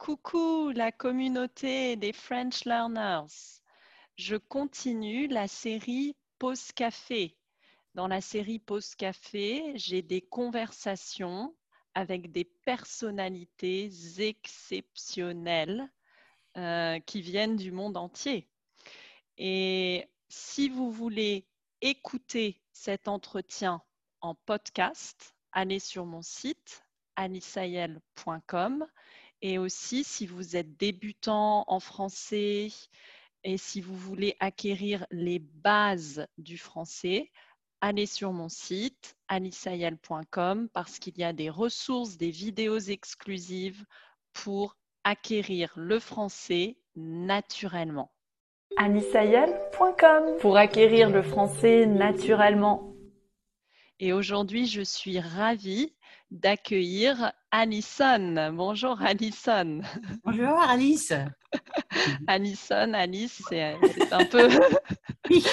Coucou la communauté des French Learners. Je continue la série Pause Café. Dans la série Pause Café, j'ai des conversations avec des personnalités exceptionnelles qui viennent du monde entier. Et si vous voulez écouter cet entretien en podcast, allez sur mon site anissaël.com. Et aussi, si vous êtes débutant en français et si vous voulez acquérir les bases du français, allez sur mon site anissaël.com parce qu'il y a des ressources, des vidéos exclusives pour acquérir le français naturellement. anissaël.com pour acquérir le français naturellement. Et aujourd'hui, je suis ravie d'accueillir Alison. Bonjour Alison. Bonjour Alice. Alice, c'est un peu... Oui,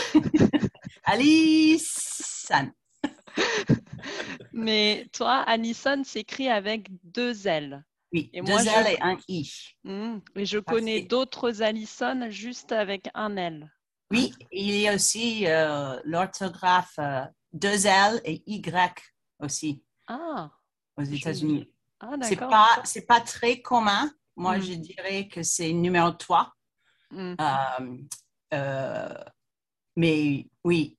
Alice. Mais toi, Alison s'écrit avec 2 L. Oui, Et 2 moi, L et un I. Et je connais d'autres Alison juste avec un L. Oui, il y a aussi l'orthographe 2 L et Y aussi aux États-Unis. Ah, d'accord. C'est pas très commun. Moi, je dirais que c'est numéro 3. Mais oui,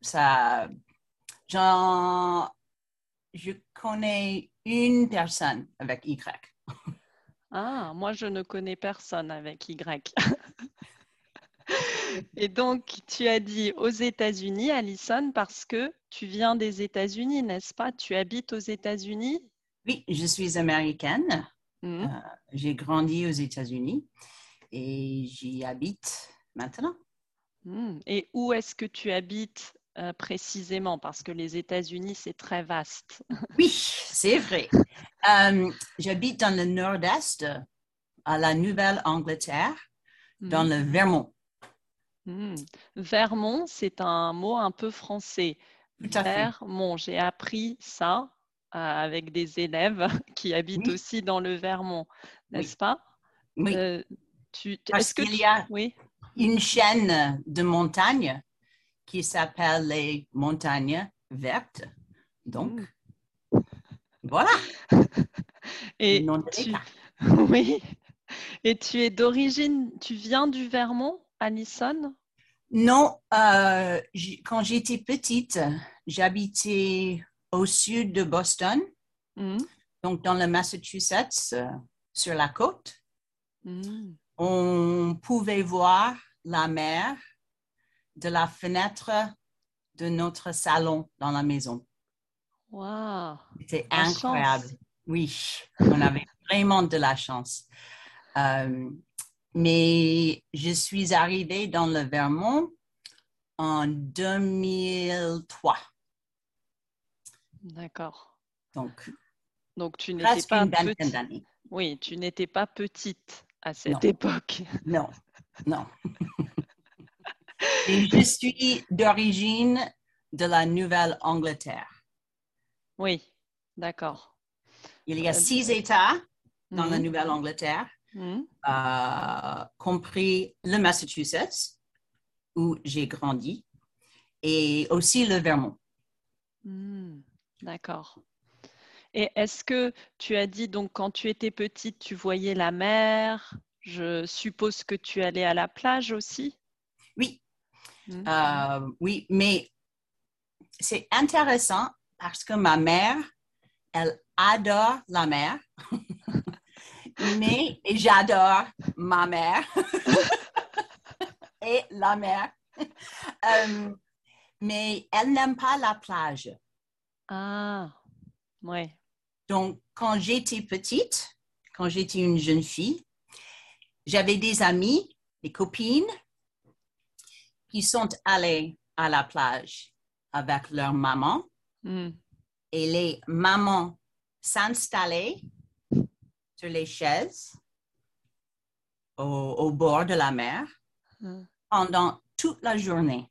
je connais une personne avec Y. Ah, moi, je ne connais personne avec Y. Et donc, tu as dit aux États-Unis, Alison, parce que tu viens des États-Unis, n'est-ce pas? Tu habites aux États-Unis? Oui, je suis américaine. J'ai grandi aux États-Unis et j'y habite maintenant. Et où est-ce que tu habites précisément? Parce que les États-Unis, c'est très vaste. Oui, c'est vrai. J'habite dans le nord-est, à la Nouvelle-Angleterre, dans le Vermont. Vermont, c'est un mot un peu français. Tout à fait. Vermont, j'ai appris ça avec des élèves qui habitent Oui, aussi dans le Vermont, n'est-ce oui, pas? oui. Parce Est-ce que qu'il y a oui. une chaîne de montagnes qui s'appelle les montagnes vertes. Donc, voilà, le Et nom de l'État. oui. Et tu es d'origine, tu viens du Vermont, Alison? Non, quand j'étais petite, j'habitais au sud de Boston, donc dans le Massachusetts, sur la côte. On pouvait voir la mer de la fenêtre de notre salon dans la maison. Wow, C'était la incroyable. chance. Oui, on avait vraiment de la chance. Mais je suis arrivée dans le Vermont en 2003. D'accord. Donc tu n'étais presque pas une vingtaine petite. d'années. Oui, tu n'étais pas petite à cette Non, époque. non, non. Et je suis d'origine de la Nouvelle-Angleterre. Oui, d'accord. Il y a 6 États dans la Mhm. Nouvelle-Angleterre, Mhm. compris le Massachusetts, où j'ai grandi, et aussi le Vermont. D'accord. Et est-ce que tu as dit, donc, quand tu étais petite, tu voyais la mer? Je suppose que tu allais à la plage aussi? Oui, oui, mais c'est intéressant parce que ma mère, elle adore la mer, mais j'adore ma mère et la mer. Mais elle n'aime pas la plage. Ah, ouais. Donc, quand j'étais petite, quand j'étais une jeune fille, j'avais des amies, des copines qui sont allées à la plage avec leur maman et les mamans s'installaient sur les chaises au bord de la mer pendant toute la journée.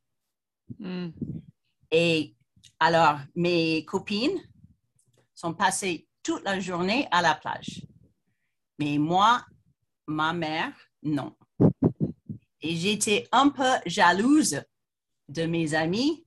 Et alors, mes copines sont passées toute la journée à la plage. Mais moi, ma mère, non. Et j'étais un peu jalouse de mes amis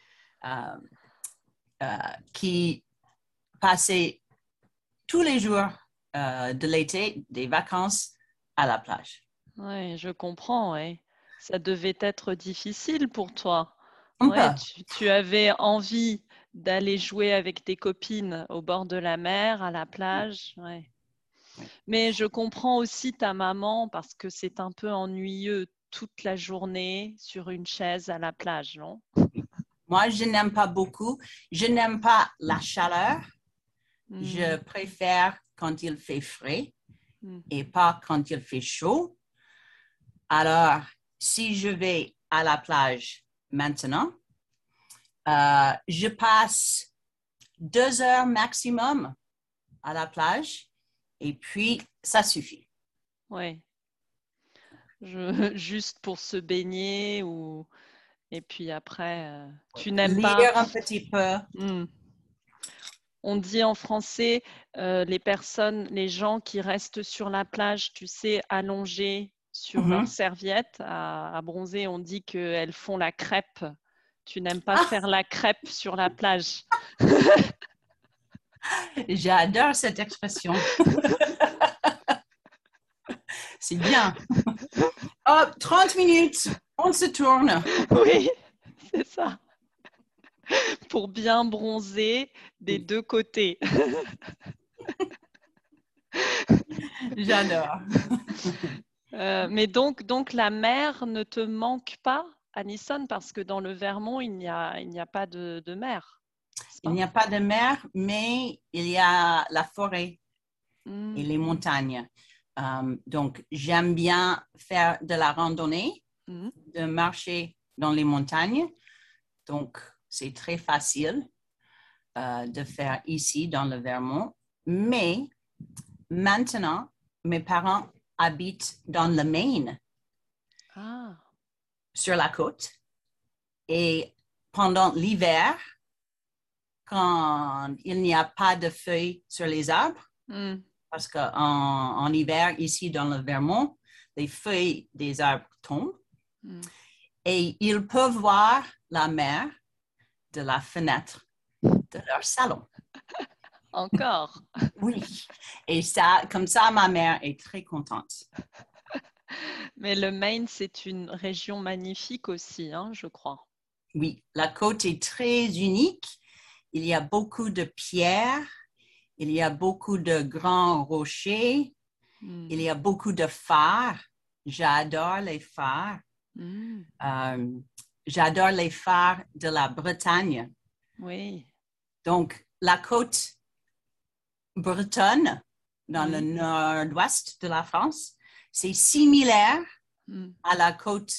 qui passaient tous les jours de l'été des vacances à la plage. Oui, je comprends, ouais. Ça devait être difficile pour toi. Un Ouais, peu. tu avais envie d'aller jouer avec tes copines au bord de la mer, à la plage, ouais. Oui. Mais je comprends aussi ta maman parce que c'est un peu ennuyeux toute la journée sur une chaise à la plage, non? Moi, je n'aime pas beaucoup. Je n'aime pas la chaleur. Je Mmh, préfère quand il fait frais mmh. et pas quand il fait chaud. Alors, si je vais à la plage maintenant, je passe 2 heures maximum à la plage et puis ça suffit. Ouais, juste pour se baigner ou et puis après, tu n'aimes pas. Lire un petit peu. Mmh. On dit en français, les gens qui restent sur la plage, tu sais, allongés sur leur Mhm. serviette à bronzer, on dit qu'elles font la crêpe. Tu n'aimes pas Ah, faire la crêpe sur la plage. j'adore cette expression. C'est bien. Oh, 30 minutes, on se tourne. Oui, c'est ça, pour bien bronzer des Oui, 2 côtés. j'adore. Mais donc la mer ne te manque pas, Alison? Parce que dans le Vermont, il n'y a pas de mer, n'est-ce Il pas? n'y a pas de mer, mais il y a la forêt et Mmh. les montagnes. Donc, j'aime bien faire de la randonnée, Mmh. de marcher dans les montagnes. Donc, c'est très facile de faire ici dans le Vermont. Mais maintenant, mes parents habitent dans le Maine, Ah! sur la côte. Et pendant l'hiver, quand il n'y a pas de feuilles sur les arbres, Mmh. parce qu'en hiver, ici dans le Vermont, les feuilles des arbres tombent Mmh. et ils peuvent voir la mer de la fenêtre de leur salon. Encore. Oui. Et ça, comme ça, ma mère est très contente. Mais le Maine, c'est une région magnifique aussi, hein, je crois. Oui, la côte est très unique. Il y a beaucoup de pierres, il y a beaucoup de grands rochers, Mmh. il y a beaucoup de phares. J'adore les phares. Mmh. Euh, j'adore les phares de la Bretagne. Oui. Donc, la côte bretonne, dans le Mmh. nord-ouest de la France, c'est similaire Mmh. à la côte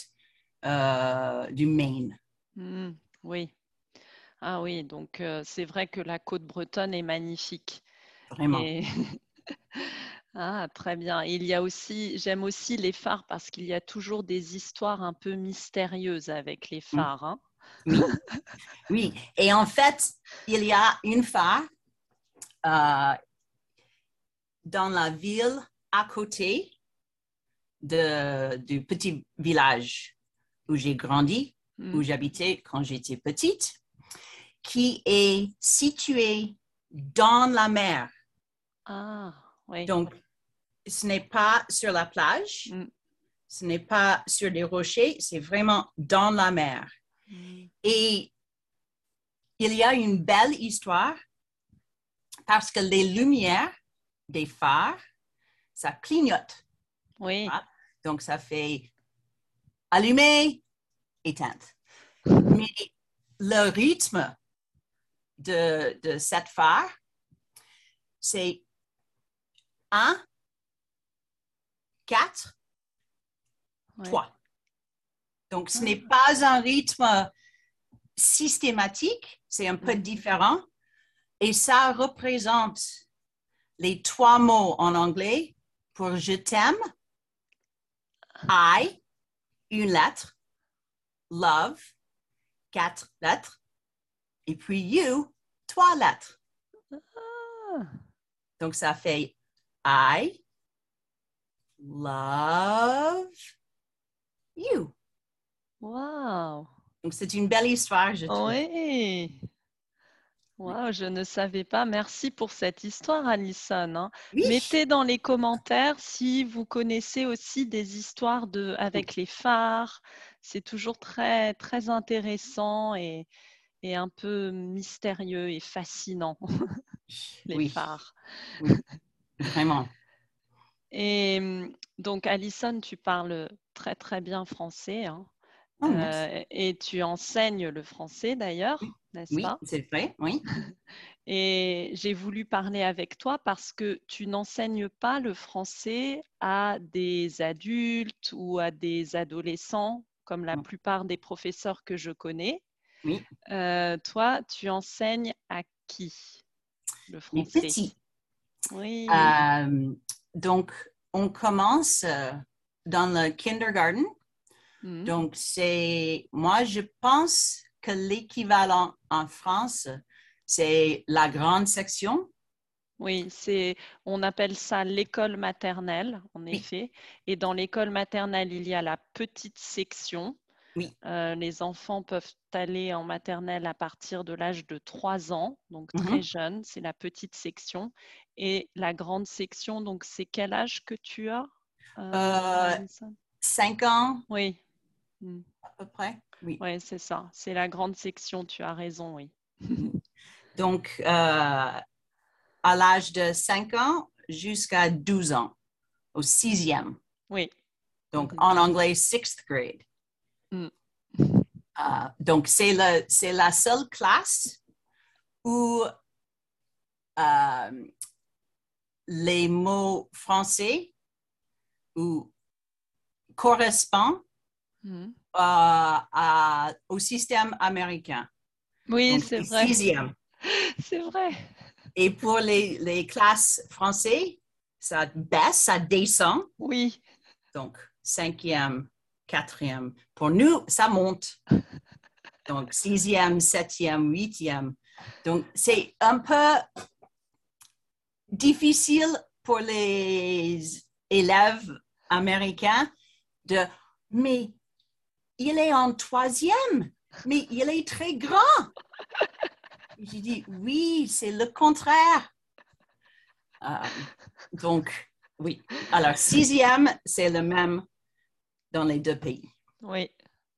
du Maine. Mmh. Oui. Ah oui, donc c'est vrai que la côte bretonne est magnifique Vraiment. et ah très bien. Il y a aussi j'aime aussi les phares parce qu'il y a toujours des histoires un peu mystérieuses avec les Mm. phares, hein? Oui, oui. Et en fait, il y a une phare euh, dans la ville à côté du petit village où j'ai grandi, où Mmh. j'habitais quand j'étais petite, qui est situé dans la mer. Ah oui. Donc, ce n'est pas sur la plage, Mmh. ce n'est pas sur des rochers, c'est vraiment dans la mer. Mmh. Et il y a une belle histoire parce que les lumières des phares, ça clignote. Oui. Hein? Donc, ça fait allumer, éteinte. Mais le rythme de cette phare, c'est 1, 4, Ouais. 3. Donc, ce n'est Ah. pas un rythme systématique, c'est un peu Mmh. différent. Et ça représente les 3 mots en anglais pour je t'aime, I, une lettre, love, 4 lettres, et puis you, 3 lettres. Ah! Donc, ça fait I love you. Wow. Donc, c'est une belle histoire, je trouve. Oui. Wow, je ne savais pas. Merci pour cette histoire, Alison, hein. Oui. Mettez dans les commentaires si vous connaissez aussi des histoires avec les phares. C'est toujours très, très intéressant et un peu mystérieux et fascinant, les Oui. phares. Oui, vraiment. Et donc, Alison, tu parles très, très bien français, hein. Oh, merci. Et tu enseignes le français d'ailleurs, n'est-ce Oui, pas? c'est vrai, oui. Et j'ai voulu parler avec toi parce que tu n'enseignes pas le français à des adultes ou à des adolescents, comme la plupart des professeurs que je connais. Oui. Toi, tu enseignes à qui le Les français? petits. Oui. Donc, on commence dans le kindergarten. Donc, moi, je pense que l'équivalent en France, c'est la grande section. Oui, on appelle ça l'école maternelle, en Oui. effet. Et dans l'école maternelle, il y a la petite section. Oui. Les enfants peuvent aller en maternelle à partir de l'âge de 3 ans, donc Mm-hmm. très jeune, c'est la petite section. Et la grande section, donc c'est quel âge que tu as, Alison? 5 ans, Oui. à peu près. Oui. Oui, c'est ça. C'est la grande section, tu as raison, oui. Donc, à l'âge de 5 ans jusqu'à 12 ans, au 6e. Oui. Donc, en anglais, 6th grade. Donc, c'est la seule classe où les mots français correspondent au système américain. Oui, donc, c'est vrai. 6e. C'est vrai. Et pour les classes françaises, ça baisse, ça descend. Oui. Donc, 5e, 4e. Pour nous, ça monte. Donc, 6e, 7e, 8e. Donc, c'est un peu difficile pour les élèves américains mais il est en 3e, mais il est très grand. J'ai dit, oui, c'est le contraire. Donc, oui. Alors, 6e, c'est le même dans les deux pays. Oui.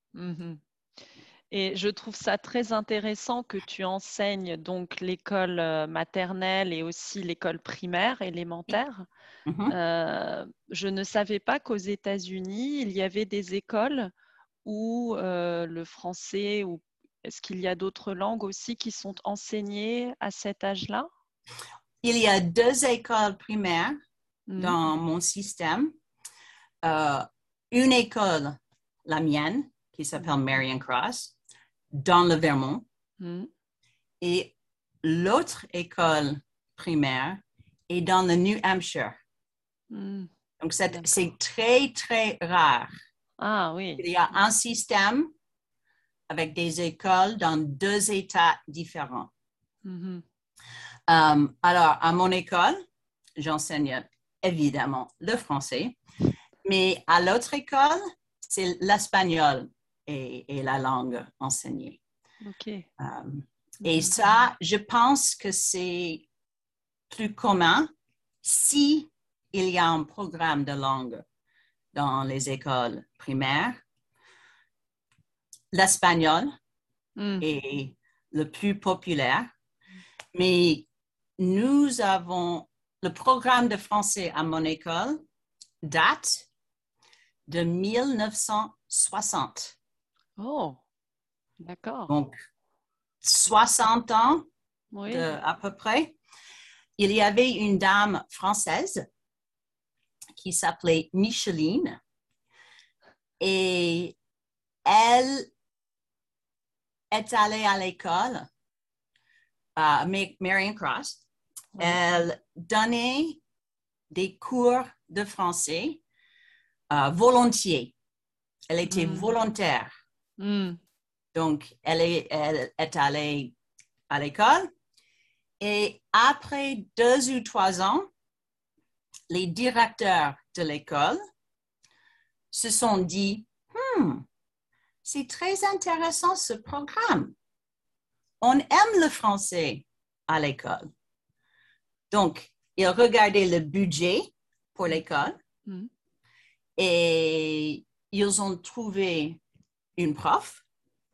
Et je trouve ça très intéressant que tu enseignes donc l'école maternelle et aussi l'école primaire, élémentaire. Je ne savais pas qu'aux États-Unis, il y avait des écoles où le français, ou est-ce qu'il y a d'autres langues aussi qui sont enseignées à cet âge-là? Il y a 2 écoles primaires dans mon système. Une école, la mienne, qui s'appelle Marion Cross, dans le Vermont. Et l'autre école primaire est dans le New Hampshire. Donc, c'est très, très rare. Ah oui. Il y a un système avec des écoles dans 2 États différents. Alors, à mon école, j'enseigne évidemment le français, mais à l'autre école, c'est l'espagnol et la langue enseignée. OK. Et ça, je pense que c'est plus commun si il y a un programme de langue dans les écoles primaires. L'espagnol est le plus populaire, mais nous avons le programme de français à mon école date de 1960. Oh, d'accord. Donc, 60 ans Oui. à peu près. Il y avait une dame française qui s'appelait Micheline et elle est allée à l'école à Marion Cross. Oui. Elle donnait des cours de français volontiers. Elle était volontaire. Donc, elle est allée à l'école et après 2 ou 3 ans, les directeurs de l'école se sont dit, c'est très intéressant ce programme. On aime le français à l'école. Donc, ils regardaient le budget pour l'école et ils ont trouvé une prof.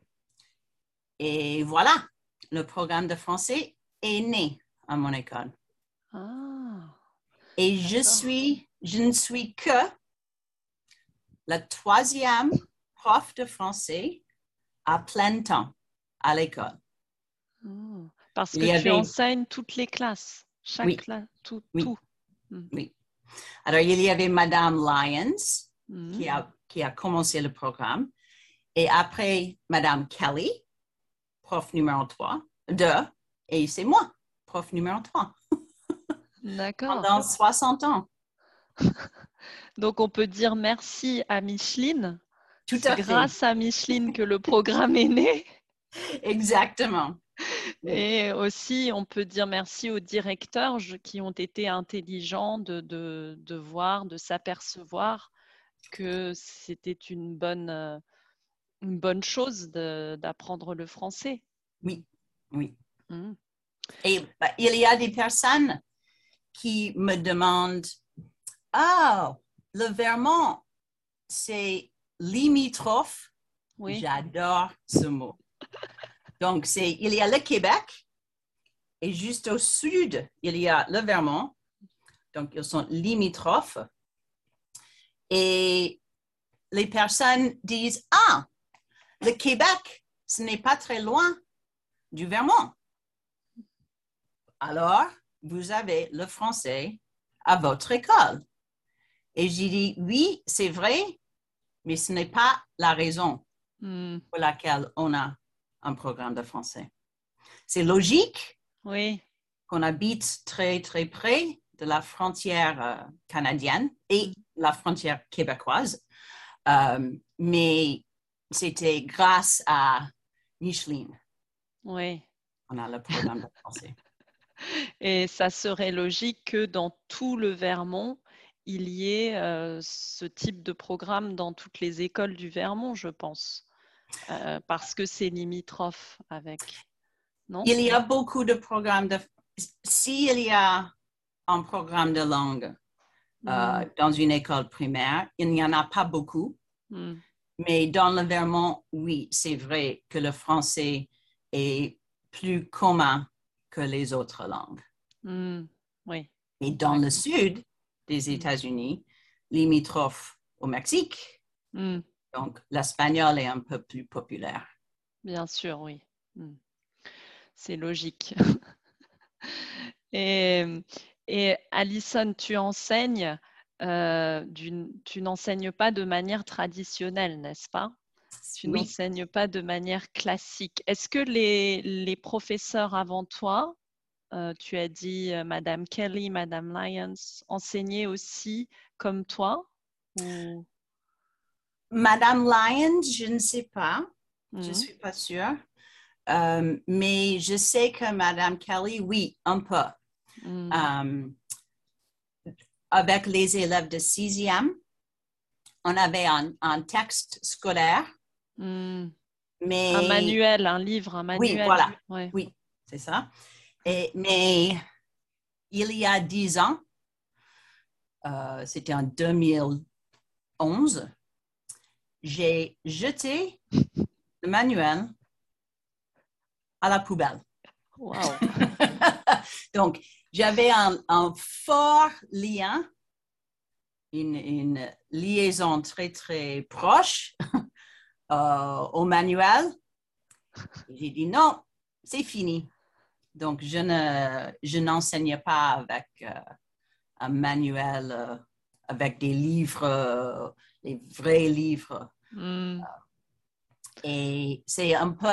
Et voilà, le programme de français est né à mon école. Ah, et je ne suis que la 3e prof de français à plein temps à l'école. Parce que tu enseignes toutes les classes, chaque classe, tout. Oui. Alors, il y avait Madame Lyons qui a commencé le programme. Et après, Madame Kelly, prof numéro 2, et c'est moi, prof numéro 3. D'accord. Pendant 60 ans. Donc, on peut dire merci à Micheline. Tout à fait. C'est grâce à Micheline que le programme est né. Exactement. Et aussi, on peut dire merci aux directeurs qui ont été intelligents de voir, de s'apercevoir que c'était une bonne chose d'apprendre le français. Oui. Et il y a des personnes qui me demandent, le Vermont, c'est limitrophe. Oui. J'adore ce mot. Donc, il y a le Québec et juste au sud, il y a le Vermont. Donc, ils sont limitrophes. Et les personnes disent, le Québec, ce n'est pas très loin du Vermont. Alors, vous avez le français à votre école. Et j'ai dit, oui, c'est vrai, mais ce n'est pas la raison pour laquelle on a un programme de français. C'est logique qu'on habite très, très près de la frontière canadienne et la frontière québécoise, mais c'était grâce à Micheline qu'on a le programme de français. Et ça serait logique que dans tout le Vermont, il y ait ce type de programme dans toutes les écoles du Vermont, je pense, parce que c'est limitrophe avec, non? Il y a beaucoup de programmes s'il y a un programme de langue dans une école primaire, il n'y en a pas beaucoup, mais dans le Vermont, oui, c'est vrai que le français est plus commun que les autres langues. Oui. Et dans le sud des États-Unis, limitrophe au Mexique, donc l'espagnol est un peu plus populaire. Bien sûr, oui. C'est logique. Et Alison, tu enseignes, tu n'enseignes pas de manière traditionnelle, n'est-ce pas? Tu n'enseignes pas de manière classique. Est-ce que les professeurs avant toi, tu as dit Madame Kelly, Madame Lyons, enseignaient aussi comme toi ou... Madame Lyons, je ne sais pas. Je ne suis pas sûre. Mais je sais que Madame Kelly, oui, un peu. Avec les élèves de 6e, on avait un texte scolaire. Mais... Un manuel, un livre, un manuel. Oui, voilà. Oui, c'est ça. Mais il y a 10 ans, c'était en 2011, j'ai jeté le manuel à la poubelle. Wow. Donc, j'avais un fort lien, une liaison très, très proche au manuel. J'ai dit non, c'est fini. Donc, je n'enseignais pas avec un manuel, avec des livres, des vrais livres. Et c'est un peu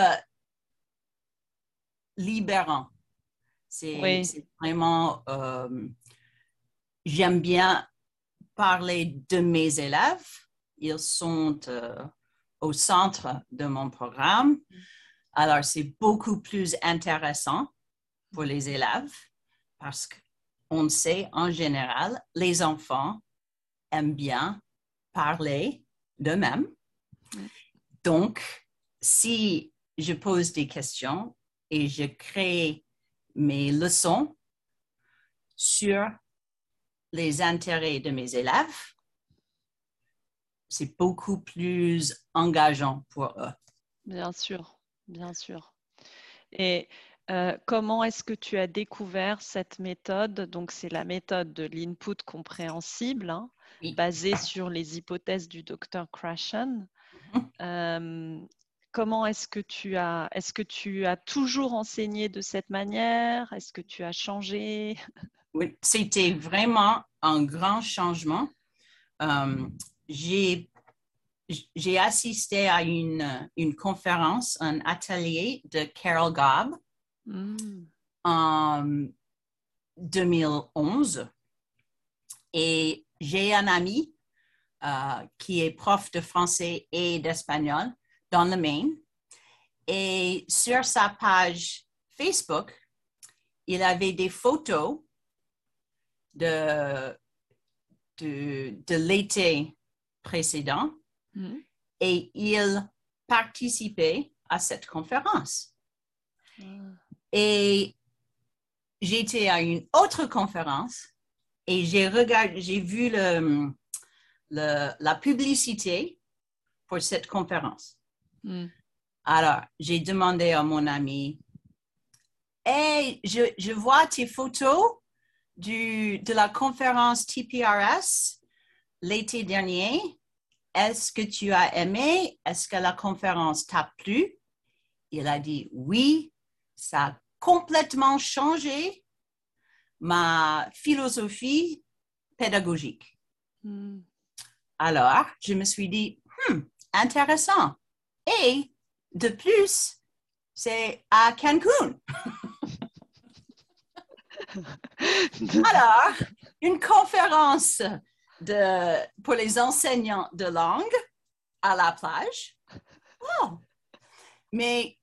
libérant. C'est vraiment, j'aime bien parler de mes élèves. Ils sont au centre de mon programme. Alors, c'est beaucoup plus intéressant pour les élèves parce qu'on sait en général, les enfants aiment bien parler d'eux-mêmes. Mm. Donc, si je pose des questions et je crée mes leçons sur les intérêts de mes élèves, c'est beaucoup plus engageant pour eux. Bien sûr, bien sûr. Et comment est-ce que tu as découvert cette méthode? Donc, c'est la méthode de l'input compréhensible, hein, Oui. basée sur les hypothèses du docteur Krashen. Comment est-ce que tu as toujours enseigné de cette manière? Est-ce que tu as changé? Oui, c'était vraiment un grand changement. J'ai assisté à une conférence, un atelier de Carol Gobb en 2011 et j'ai un ami qui est prof de français et d'espagnol dans le Maine. Et sur sa page Facebook, il avait des photos de l'été précédent et il participait à cette conférence. Et j'étais à une autre conférence et j'ai vu la publicité pour cette conférence. Alors, j'ai demandé à mon ami, hey, je vois tes photos de la conférence TPRS l'été dernier. Est-ce que tu as aimé? Est-ce que la conférence t'a plu? Il a dit oui, ça a complètement changé ma philosophie pédagogique. Alors, je me suis dit, intéressant. Et de plus, c'est à Cancun. Alors, une conférence pour les enseignants de langue à la plage. Oh. Mais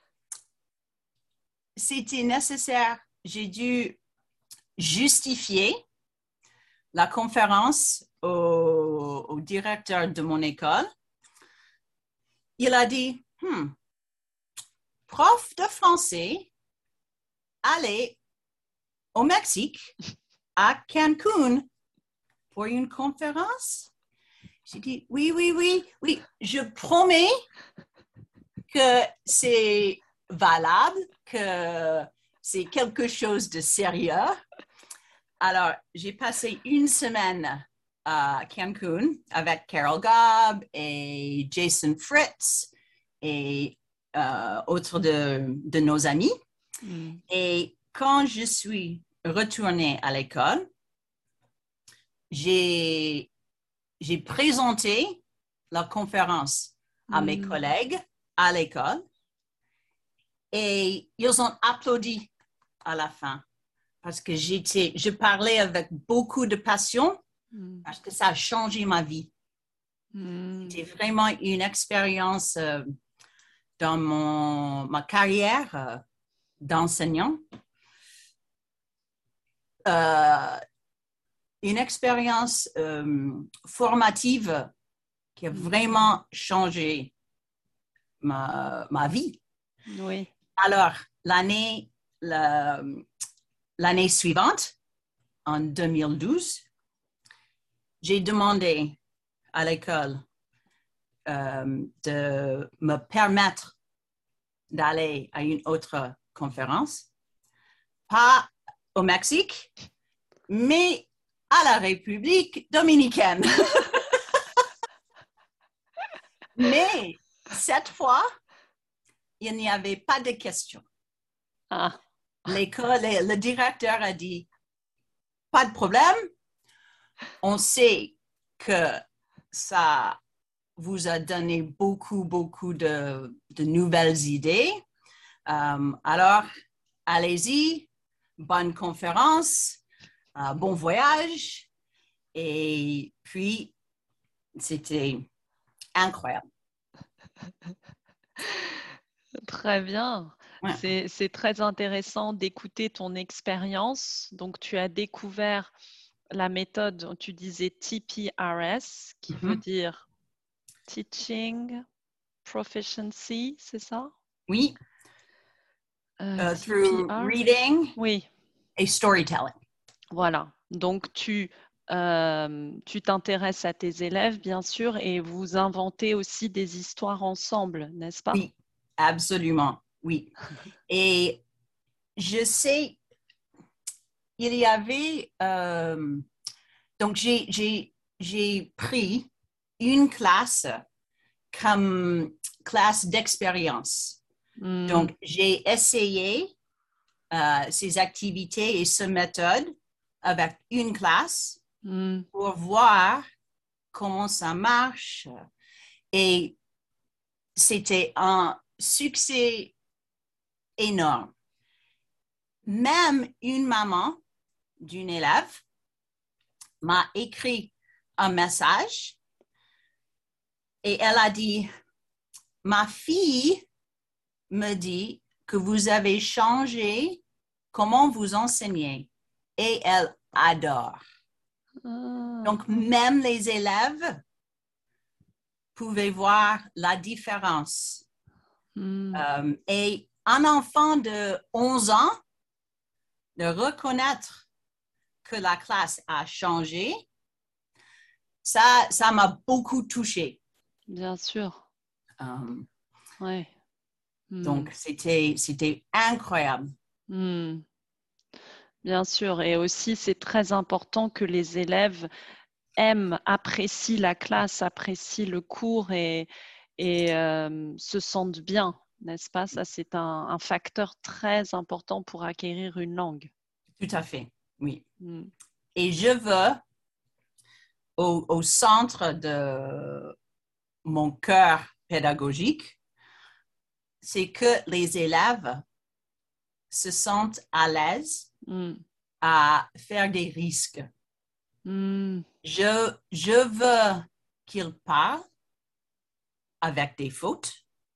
c'était nécessaire. J'ai dû justifier la conférence au directeur de mon école. Il a dit, prof de français, allez au Mexique, à Cancun, pour une conférence. J'ai dit, oui, je promets que c'est valable, que c'est quelque chose de sérieux. Alors, j'ai passé une semaine à Cancun avec Carol Gobb et Jason Fritz et autres de nos amis. Et quand je suis retournée à l'école, j'ai présenté la conférence à mes collègues à l'école et ils ont applaudi à la fin parce que je parlais avec beaucoup de passion parce que ça a changé ma vie. C'était vraiment une expérience dans ma carrière d'enseignant. Une expérience formative qui a vraiment changé ma vie. Oui. Alors, l'année suivante, en 2012, j'ai demandé à l'école de me permettre d'aller à une autre conférence, pas au Mexique, mais à la République dominicaine. Mais cette fois, il n'y avait pas de questions. L'école, le directeur a dit, pas de problème, on sait que ça vous a donné beaucoup de nouvelles idées. Alors, allez-y, bonne conférence, bon voyage. Et puis, c'était incroyable. Très bien. Ouais. C'est très intéressant d'écouter ton expérience. Donc, tu as découvert la méthode, tu disais TPRS, qui veut dire Teaching Proficiency, c'est ça? Oui. Through TPR? reading Oui, et storytelling. voilà. Donc, tu t'intéresses à tes élèves, bien sûr, et vous inventez aussi des histoires ensemble, n'est-ce pas? Oui, absolument, oui. Et je sais, il y avait, donc j'ai pris une classe comme classe d'expérience. Donc, j'ai essayé ces activités et ces méthodes avec une classe pour voir comment ça marche. Et c'était un succès énorme. Même une maman d'une élève m'a écrit un message et elle a dit, ma fille me dit que vous avez changé comment vous enseignez et elle adore. Donc, même les élèves pouvaient voir la différence. Et un enfant de 11 ans, de reconnaître que la classe a changé, ça m'a beaucoup touchée. Bien sûr. Ouais. Donc, c'était incroyable. Bien sûr. Et aussi, c'est très important que les élèves aiment, apprécient la classe, apprécient le cours et se sentent bien, n'est-ce pas? Ça, c'est un facteur très important pour acquérir une langue. Tout à fait, oui. Et je veux, au centre de mon cœur pédagogique, c'est que les élèves se sentent à l'aise à faire des risques. Je veux qu'ils parlent avec des fautes.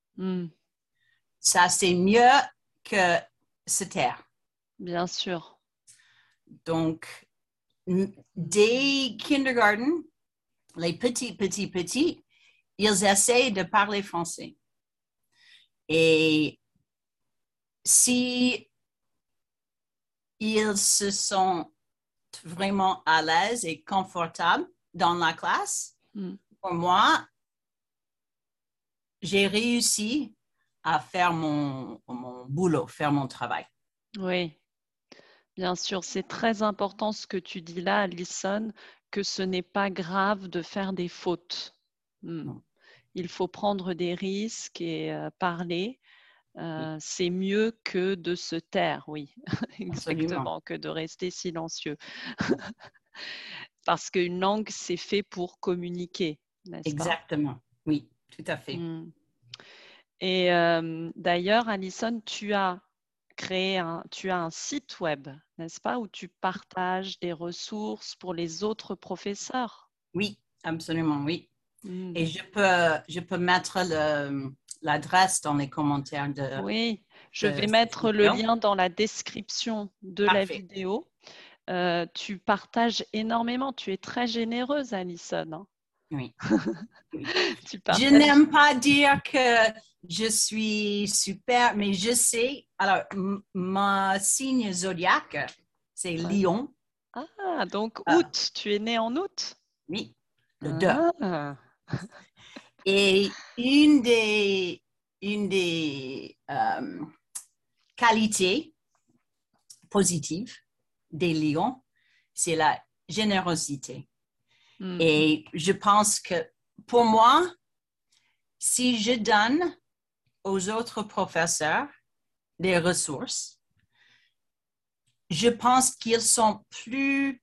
Ça, c'est mieux que se taire. Bien sûr. Donc, dès kindergarten, les petits, ils essaient de parler français. Et si ils se sentent vraiment à l'aise et confortables dans la classe, pour moi, j'ai réussi à faire mon boulot, faire mon travail. Oui, bien sûr. C'est très important ce que tu dis là, Alison, que ce n'est pas grave de faire des fautes. Il faut prendre des risques et parler. C'est mieux que de se taire, oui, exactement, que de rester silencieux. Parce qu'une langue, c'est fait pour communiquer, n'est-ce pas? Exactement, oui, tout à fait. Et d'ailleurs, Alison, tu as un site web, n'est-ce pas, où tu partages des ressources pour les autres professeurs? Oui, absolument, oui. Et je peux mettre l'adresse dans les commentaires de... Oui, je vais mettre le lien dans la description de la vidéo. Tu partages énormément. Tu es très généreuse, Alison. Hein? Oui. Je n'aime pas dire que je suis super, mais je sais. Alors, mon signe zodiaque, c'est Lion. Ah, donc août. Tu es née en août? Oui, le 2. Et une des qualités positives des lions, c'est la générosité. Et je pense que pour moi, si je donne aux autres professeurs des ressources, je pense qu'ils sont plus,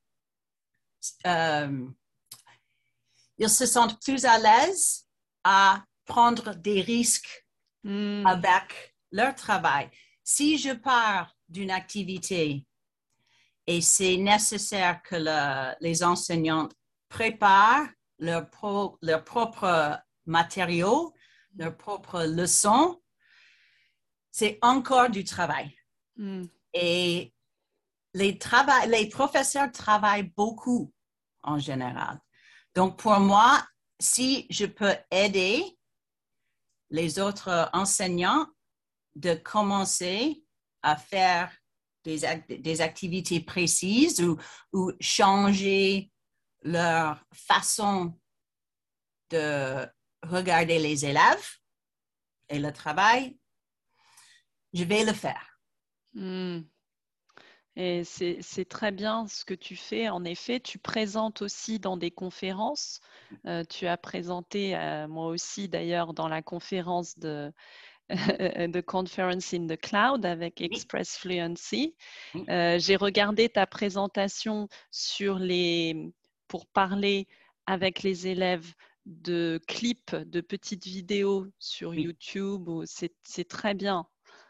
ils se sentent plus à l'aise à prendre des risques avec leur travail. Si je pars d'une activité et c'est nécessaire que les enseignants préparent leurs propres matériaux, leurs propres leçons, c'est encore du travail. Et les professeurs travaillent beaucoup en général. Donc, pour moi, si je peux aider les autres enseignants de commencer à faire des activités précises ou changer leur façon de regarder les élèves et le travail, je vais le faire. Et c'est très bien ce que tu fais. En effet, tu présentes aussi dans des conférences. Tu as présenté, moi aussi d'ailleurs, dans la conférence de The Conference in the Cloud avec Oui, Express Fluency. oui, J'ai regardé ta présentation pour parler avec les élèves de clips, de petites vidéos sur oui. YouTube. C'est très bien.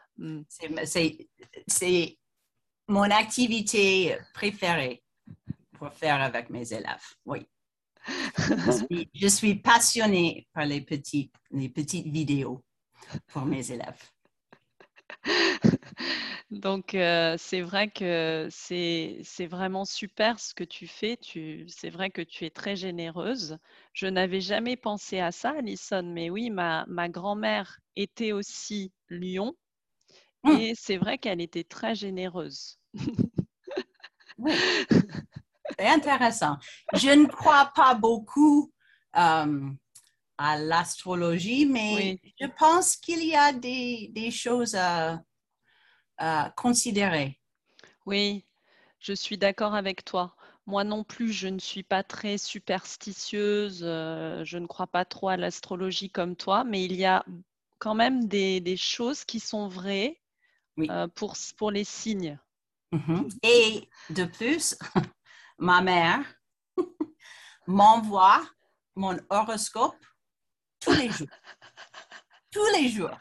C'est mon activité préférée pour faire avec mes élèves. Oui. Je suis passionnée par les petites vidéos pour mes élèves. Donc, c'est vrai que c'est vraiment super ce que tu fais. C'est vrai que tu es très généreuse. Je n'avais jamais pensé à ça, Alison, mais oui, ma grand-mère était aussi lion Hum, et c'est vrai qu'elle était très généreuse. oui, c'est intéressant. Je ne crois pas beaucoup à l'astrologie, mais Oui, je pense qu'il y a des choses à considérer. oui, je suis d'accord avec toi. Moi non plus, je ne suis pas très superstitieuse, je ne crois pas trop à l'astrologie comme toi, mais il y a quand même des choses qui sont vraies Oui. pour les signes. Mhm. Et de plus, ma mère m'envoie mon horoscope tous les jours. Tous les jours.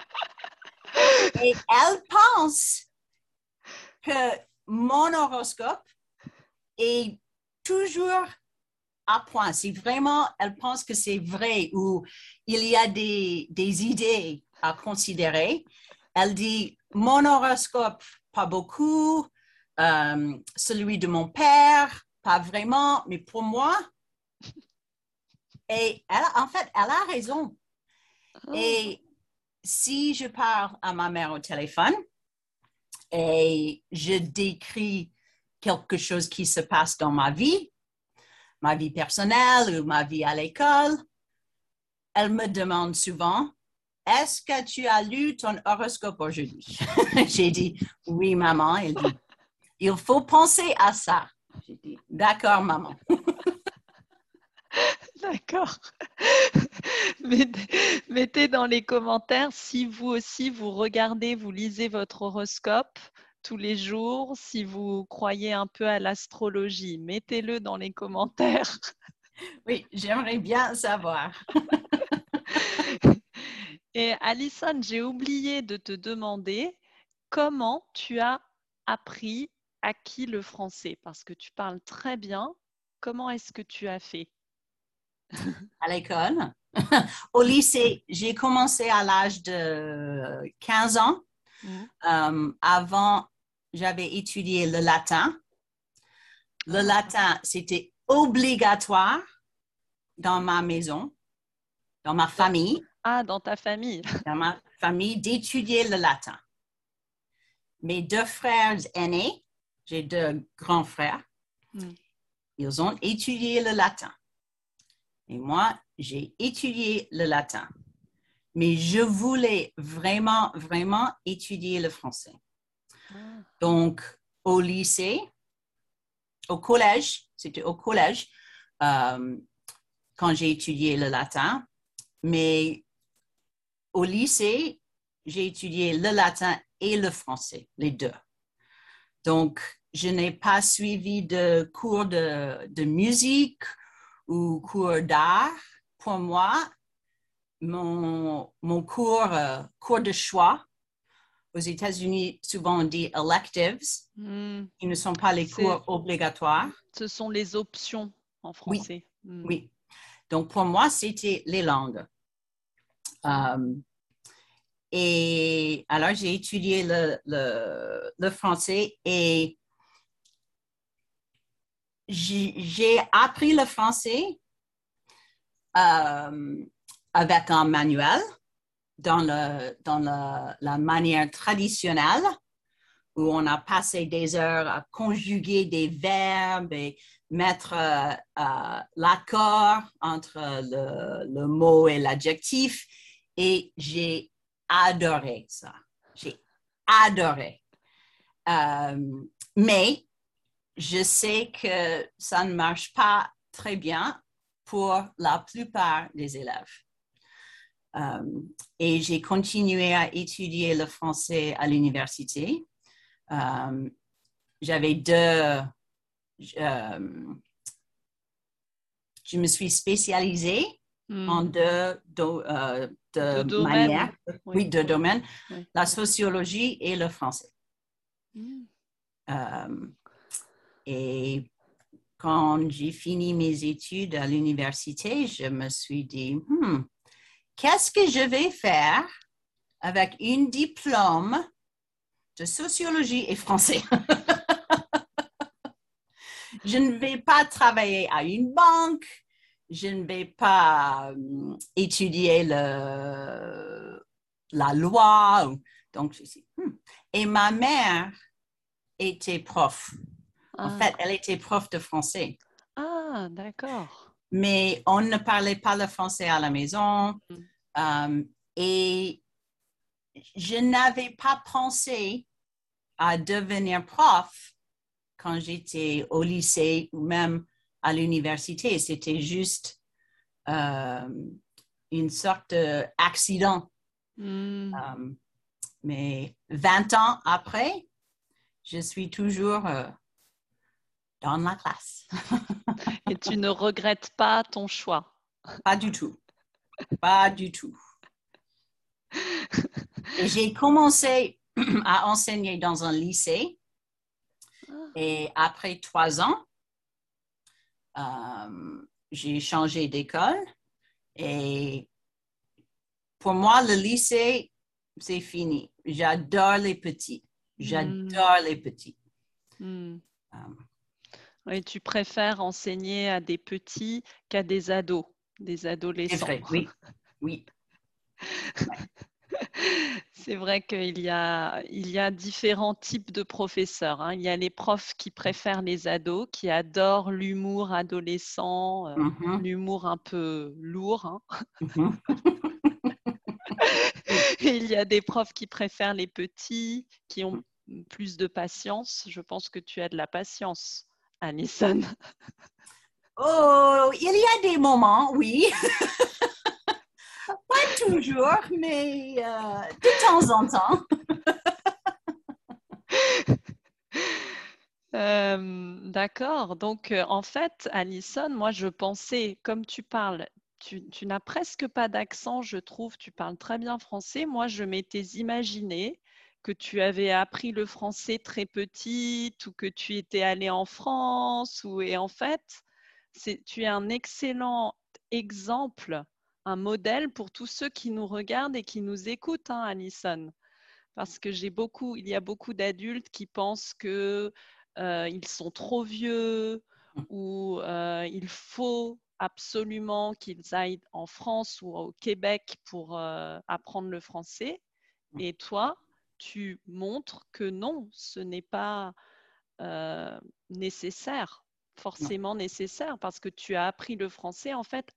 Et elle pense que mon horoscope est toujours à point. Si vraiment elle pense que c'est vrai ou il y a des idées à considérer, elle dit mon horoscope, pas beaucoup, celui de mon père, pas vraiment, mais pour moi, et en fait, elle a raison. Ah, Et si je parle à ma mère au téléphone et je décris quelque chose qui se passe dans ma vie personnelle ou ma vie à l'école, elle me demande souvent, est-ce que tu as lu ton horoscope aujourd'hui? J'ai dit, oui, maman. Elle dit, il faut penser à ça. J'ai dit, d'accord, maman. d'accord. Mettez dans les commentaires si vous aussi vous regardez, vous lisez votre horoscope tous les jours, si vous croyez un peu à l'astrologie. Mettez-le dans les commentaires. Oui, j'aimerais bien savoir. Et Alison, j'ai oublié de te demander comment tu as acquis le français parce que tu parles très bien. Comment est-ce que tu as fait? À l'école. Au lycée, j'ai commencé à l'âge de 15 ans. Mhm. Avant, j'avais étudié le latin. Le Ah, latin, c'était obligatoire dans ma maison, dans ma dans, famille, dans ta famille. d'étudier le latin. Mes deux frères aînés, j'ai deux grands frères, Mhm. ils ont étudié le latin. Et moi, j'ai étudié le latin. Mais je voulais vraiment, vraiment étudier le français. Ah, Donc, au lycée, au collège, c'était au collège, euh, quand j'ai étudié le latin, mais au lycée, j'ai étudié le latin et le français, les deux. Donc, je n'ai pas suivi de cours de musique ou cours d'art. Pour moi, mon cours de choix, aux États-Unis, souvent on dit electives, mhm. qui ne sont pas les C'est, cours obligatoires. ce sont les options en Oui, français. Mhm. oui. Donc, pour moi, c'était les langues. Euh, et alors, j'ai étudié le français et j'ai appris le français avec un manuel dans la manière traditionnelle où on a passé des heures à conjuguer des verbes et mettre l'accord entre le mot et l'adjectif. Et j'ai adoré ça. J'ai adoré. Mais je sais que ça ne marche pas très bien pour la plupart des élèves. Et j'ai continué à étudier le français à l'université. J'avais je me suis spécialisée en deux manières, oui, deux domaines, oui. La sociologie et le français. Et quand j'ai fini mes études à l'université, je me suis dit, qu'est-ce que je vais faire avec un diplôme de sociologie et français? Je ne vais pas travailler à une banque, je ne vais pas étudier la loi. Donc, je suis, Et ma mère était prof. En fait, elle était prof de français. Ah, d'accord. Mais on ne parlait pas le français à la maison. Et je n'avais pas pensé à devenir prof quand j'étais au lycée ou même à l'université. C'était juste une sorte d'accident. Mais 20 ans après, je suis toujours dans la classe. Et tu ne regrettes pas ton choix? Pas du tout. Pas du tout. Et j'ai commencé à enseigner dans un lycée. Et après 3 ans, j'ai changé d'école. Et pour moi, le lycée, c'est fini. J'adore les petits. J'adore les petits. Et tu préfères enseigner à des petits qu'à des ados, des adolescents. C'est vrai, oui. Oui. C'est vrai qu'il y a différents types de professeurs. Hein. Il y a les profs qui préfèrent les ados, qui adorent l'humour adolescent, l'humour un peu lourd. Hein. Et il y a des profs qui préfèrent les petits, qui ont plus de patience. Je pense que tu as de la patience, Alison. Oh, il y a des moments, oui. Pas toujours, mais de temps en temps. D'accord. Donc, en fait, Alison, moi, je pensais, comme tu parles, tu n'as presque pas d'accent, je trouve, tu parles très bien français. Moi, je m'étais imaginé que tu avais appris le français très petite ou que tu étais allée en France. Et en fait, tu es un excellent exemple, un modèle pour tous ceux qui nous regardent et qui nous écoutent, hein, Alison. Parce que il y a beaucoup d'adultes qui pensent que ils sont trop vieux ou il faut absolument qu'ils aillent en France ou au Québec pour apprendre le français. Et toi, tu montres que non, ce n'est pas nécessaire, forcément nécessaire, parce que tu as appris le français en fait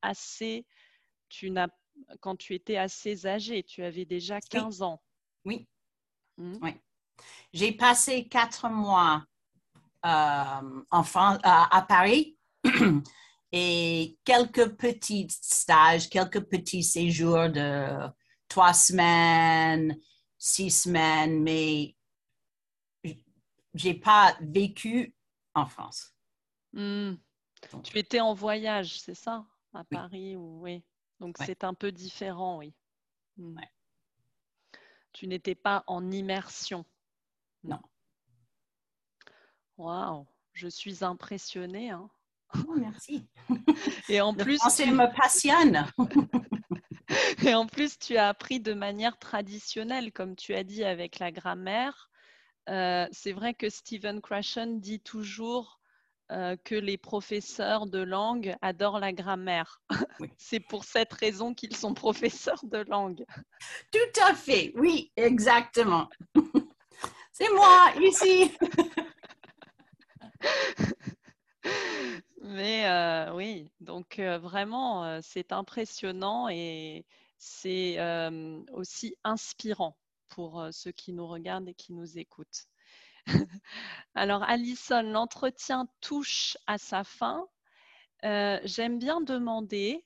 quand tu étais assez âgé, tu avais déjà 15 ans. Oui. Oui. J'ai passé 4 mois à Paris et quelques petits stages, quelques petits séjours de 3 semaines, 6 semaines, mais j'ai pas vécu en France. Donc, tu étais en voyage, c'est ça, à Paris, oui. Donc c'est un peu différent, oui. Ouais. Tu n'étais pas en immersion. Non. Waouh, je suis impressionnée. Hein. Oh, merci. Et en Le plus, français me passionne. Et en plus, tu as appris de manière traditionnelle, comme tu as dit, avec la grammaire. C'est vrai que Stephen Krashen dit toujours que les professeurs de langue adorent la grammaire. Oui. C'est pour cette raison qu'ils sont professeurs de langue. Tout à fait, oui, exactement. C'est moi, ici. Mais oui, donc vraiment, c'est impressionnant et c'est aussi inspirant pour ceux qui nous regardent et qui nous écoutent. Alors, Alison, l'entretien touche à sa fin. J'aime bien demander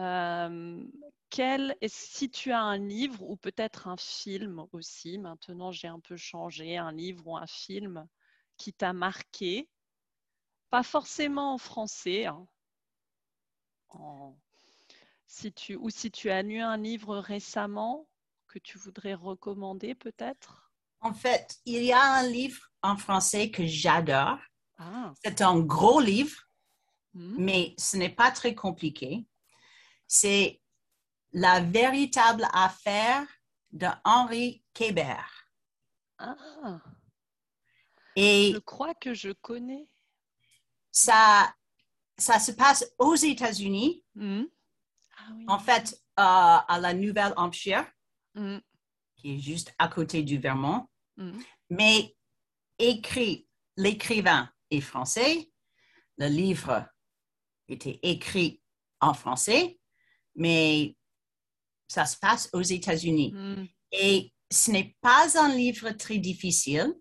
si tu as un livre ou peut-être un film aussi, maintenant j'ai un peu changé, un livre ou un film qui t'a marqué, pas forcément en français, hein, si tu as lu un livre récemment que tu voudrais recommander peut-être. En fait, il y a un livre en français que j'adore. Ah. C'est un gros livre, Hmm. mais ce n'est pas très compliqué. C'est La véritable affaire de Henri Kébert. Ah, je Et crois que je connais. ça se passe aux États-Unis, Hmm. Ah oui. en fait, à la Nouvelle-Hampshire, Hmm. qui est juste à côté du Vermont, Hmm. mais l'écrivain est français, le livre était écrit en français, mais ça se passe aux États-Unis. Hmm. Et ce n'est pas un livre très difficile,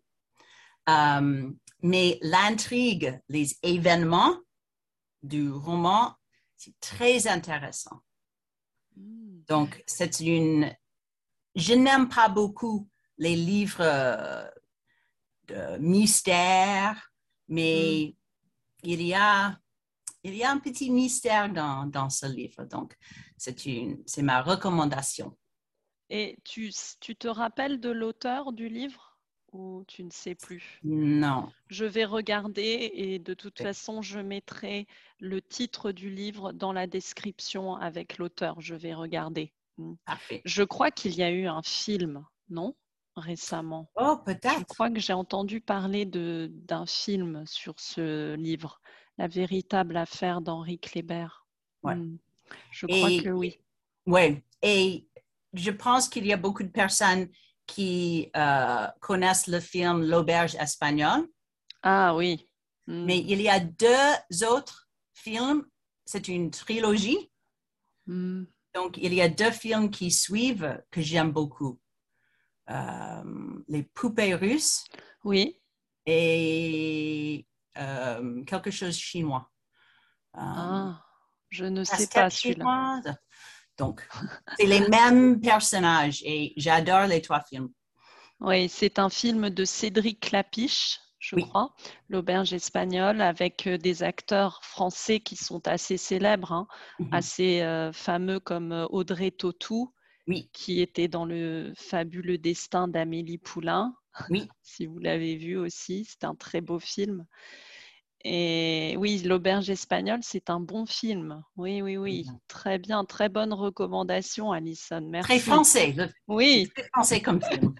mais l'intrigue, les événements du roman, c'est très intéressant. Hmm. Donc, je n'aime pas beaucoup les livres de mystère, Hmm. mais il y a un petit mystère dans ce livre. Donc, c'est ma recommandation. Et tu te rappelles de l'auteur du livre ou tu ne sais plus? Non. Je vais regarder et de toute façon, je mettrai le titre du livre dans la description avec l'auteur. Je vais regarder. Hmm. Parfait. Je crois qu'il y a eu un film, non? Récemment. Oh, Je peut-être. crois que j'ai entendu parler d'un film sur ce livre, La véritable affaire d'Henri Kléber. Ouais. Hmm. Je crois que Et, oui. ouais. Et je pense qu'il y a beaucoup de personnes qui connaissent le film L'Auberge espagnole, Ah oui. Hmm. mais il y a deux autres films. C'est une trilogie. Hmm. Donc, il y a deux films qui suivent que j'aime beaucoup. Les poupées russes Oui. et quelque chose chinois. Ah, je ne sais pas Casse-tête celui-là. chinoise. Donc, c'est les mêmes personnages et j'adore les trois films. Oui, c'est un film de Cédric Clapiche, je Oui. crois, L'Auberge espagnole, avec des acteurs français qui sont assez célèbres, hein, Mhm. assez fameux comme Audrey Tautou, Oui, qui était dans Le fabuleux destin d'Amélie Poulain. oui. Si vous l'avez vu aussi, c'est un très beau film. Et oui, L'Auberge espagnole, c'est un bon film. Oui, oui, oui. Très bien, très bonne recommandation, Alison. Très Merci. français. C'est Oui. très français comme film.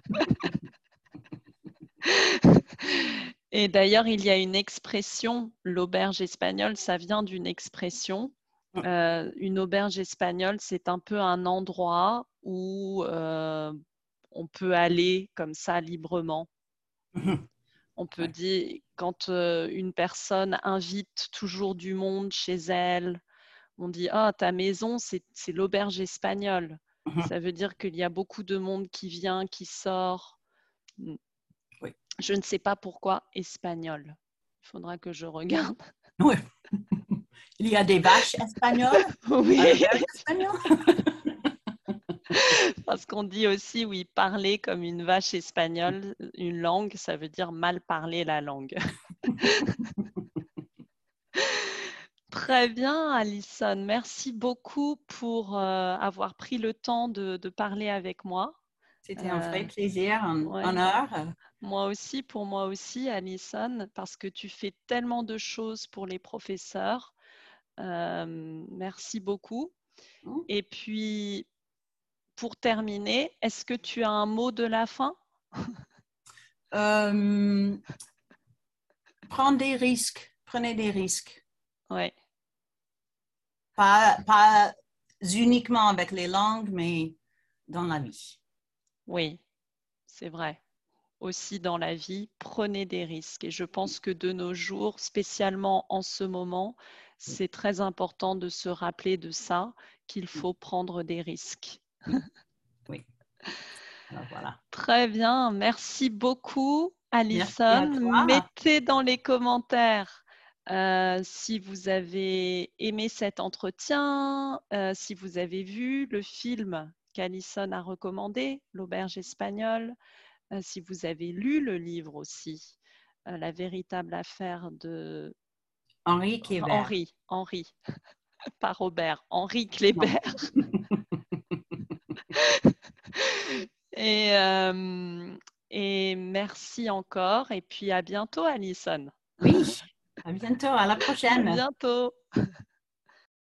Et d'ailleurs, il y a une expression, l'auberge espagnole, ça vient d'une expression. Une auberge espagnole, c'est un peu un endroit où on peut aller comme ça librement. On peut Ouais. dire, quand une personne invite toujours du monde chez elle, on dit ah, ta maison, c'est l'auberge espagnole. Mhm. Ça veut dire qu'il y a beaucoup de monde qui vient, qui sort. Oui. Je ne sais pas pourquoi espagnol. Il faudra que je regarde. Oui. Il y a des vaches espagnoles à Oui, l'auberge espagnole. parce qu'on dit aussi, oui, parler comme une vache espagnole, une langue, ça veut dire mal parler la langue. Très bien, Alison. Merci beaucoup pour avoir pris le temps de parler avec moi. C'était un Euh, vrai plaisir, un ouais. honneur. Moi aussi, pour moi aussi, Alison, parce que tu fais tellement de choses pour les professeurs. Merci beaucoup. Et puis, pour terminer, est-ce que tu as un mot de la fin? Prendre des risques. prenez des risques. Ouais. Pas uniquement avec les langues, mais dans la vie. Oui, c'est vrai. Aussi dans la vie, prenez des risques. Et je pense que de nos jours, spécialement en ce moment, c'est très important de se rappeler de ça, qu'il faut prendre des risques. Oui, oui. Alors voilà. Très bien, merci beaucoup, Merci à Alison. toi. Mettez dans les commentaires si vous avez aimé cet entretien, si vous avez vu le film qu'Alison a recommandé, L'Auberge espagnole, si vous avez lu le livre aussi, La véritable affaire de Henri Kléber. Henri, pas Robert, Henri Non. Kléber. Et, euh, et merci encore. Et puis à bientôt, Alison. Oui, à bientôt, à la À prochaine. bientôt.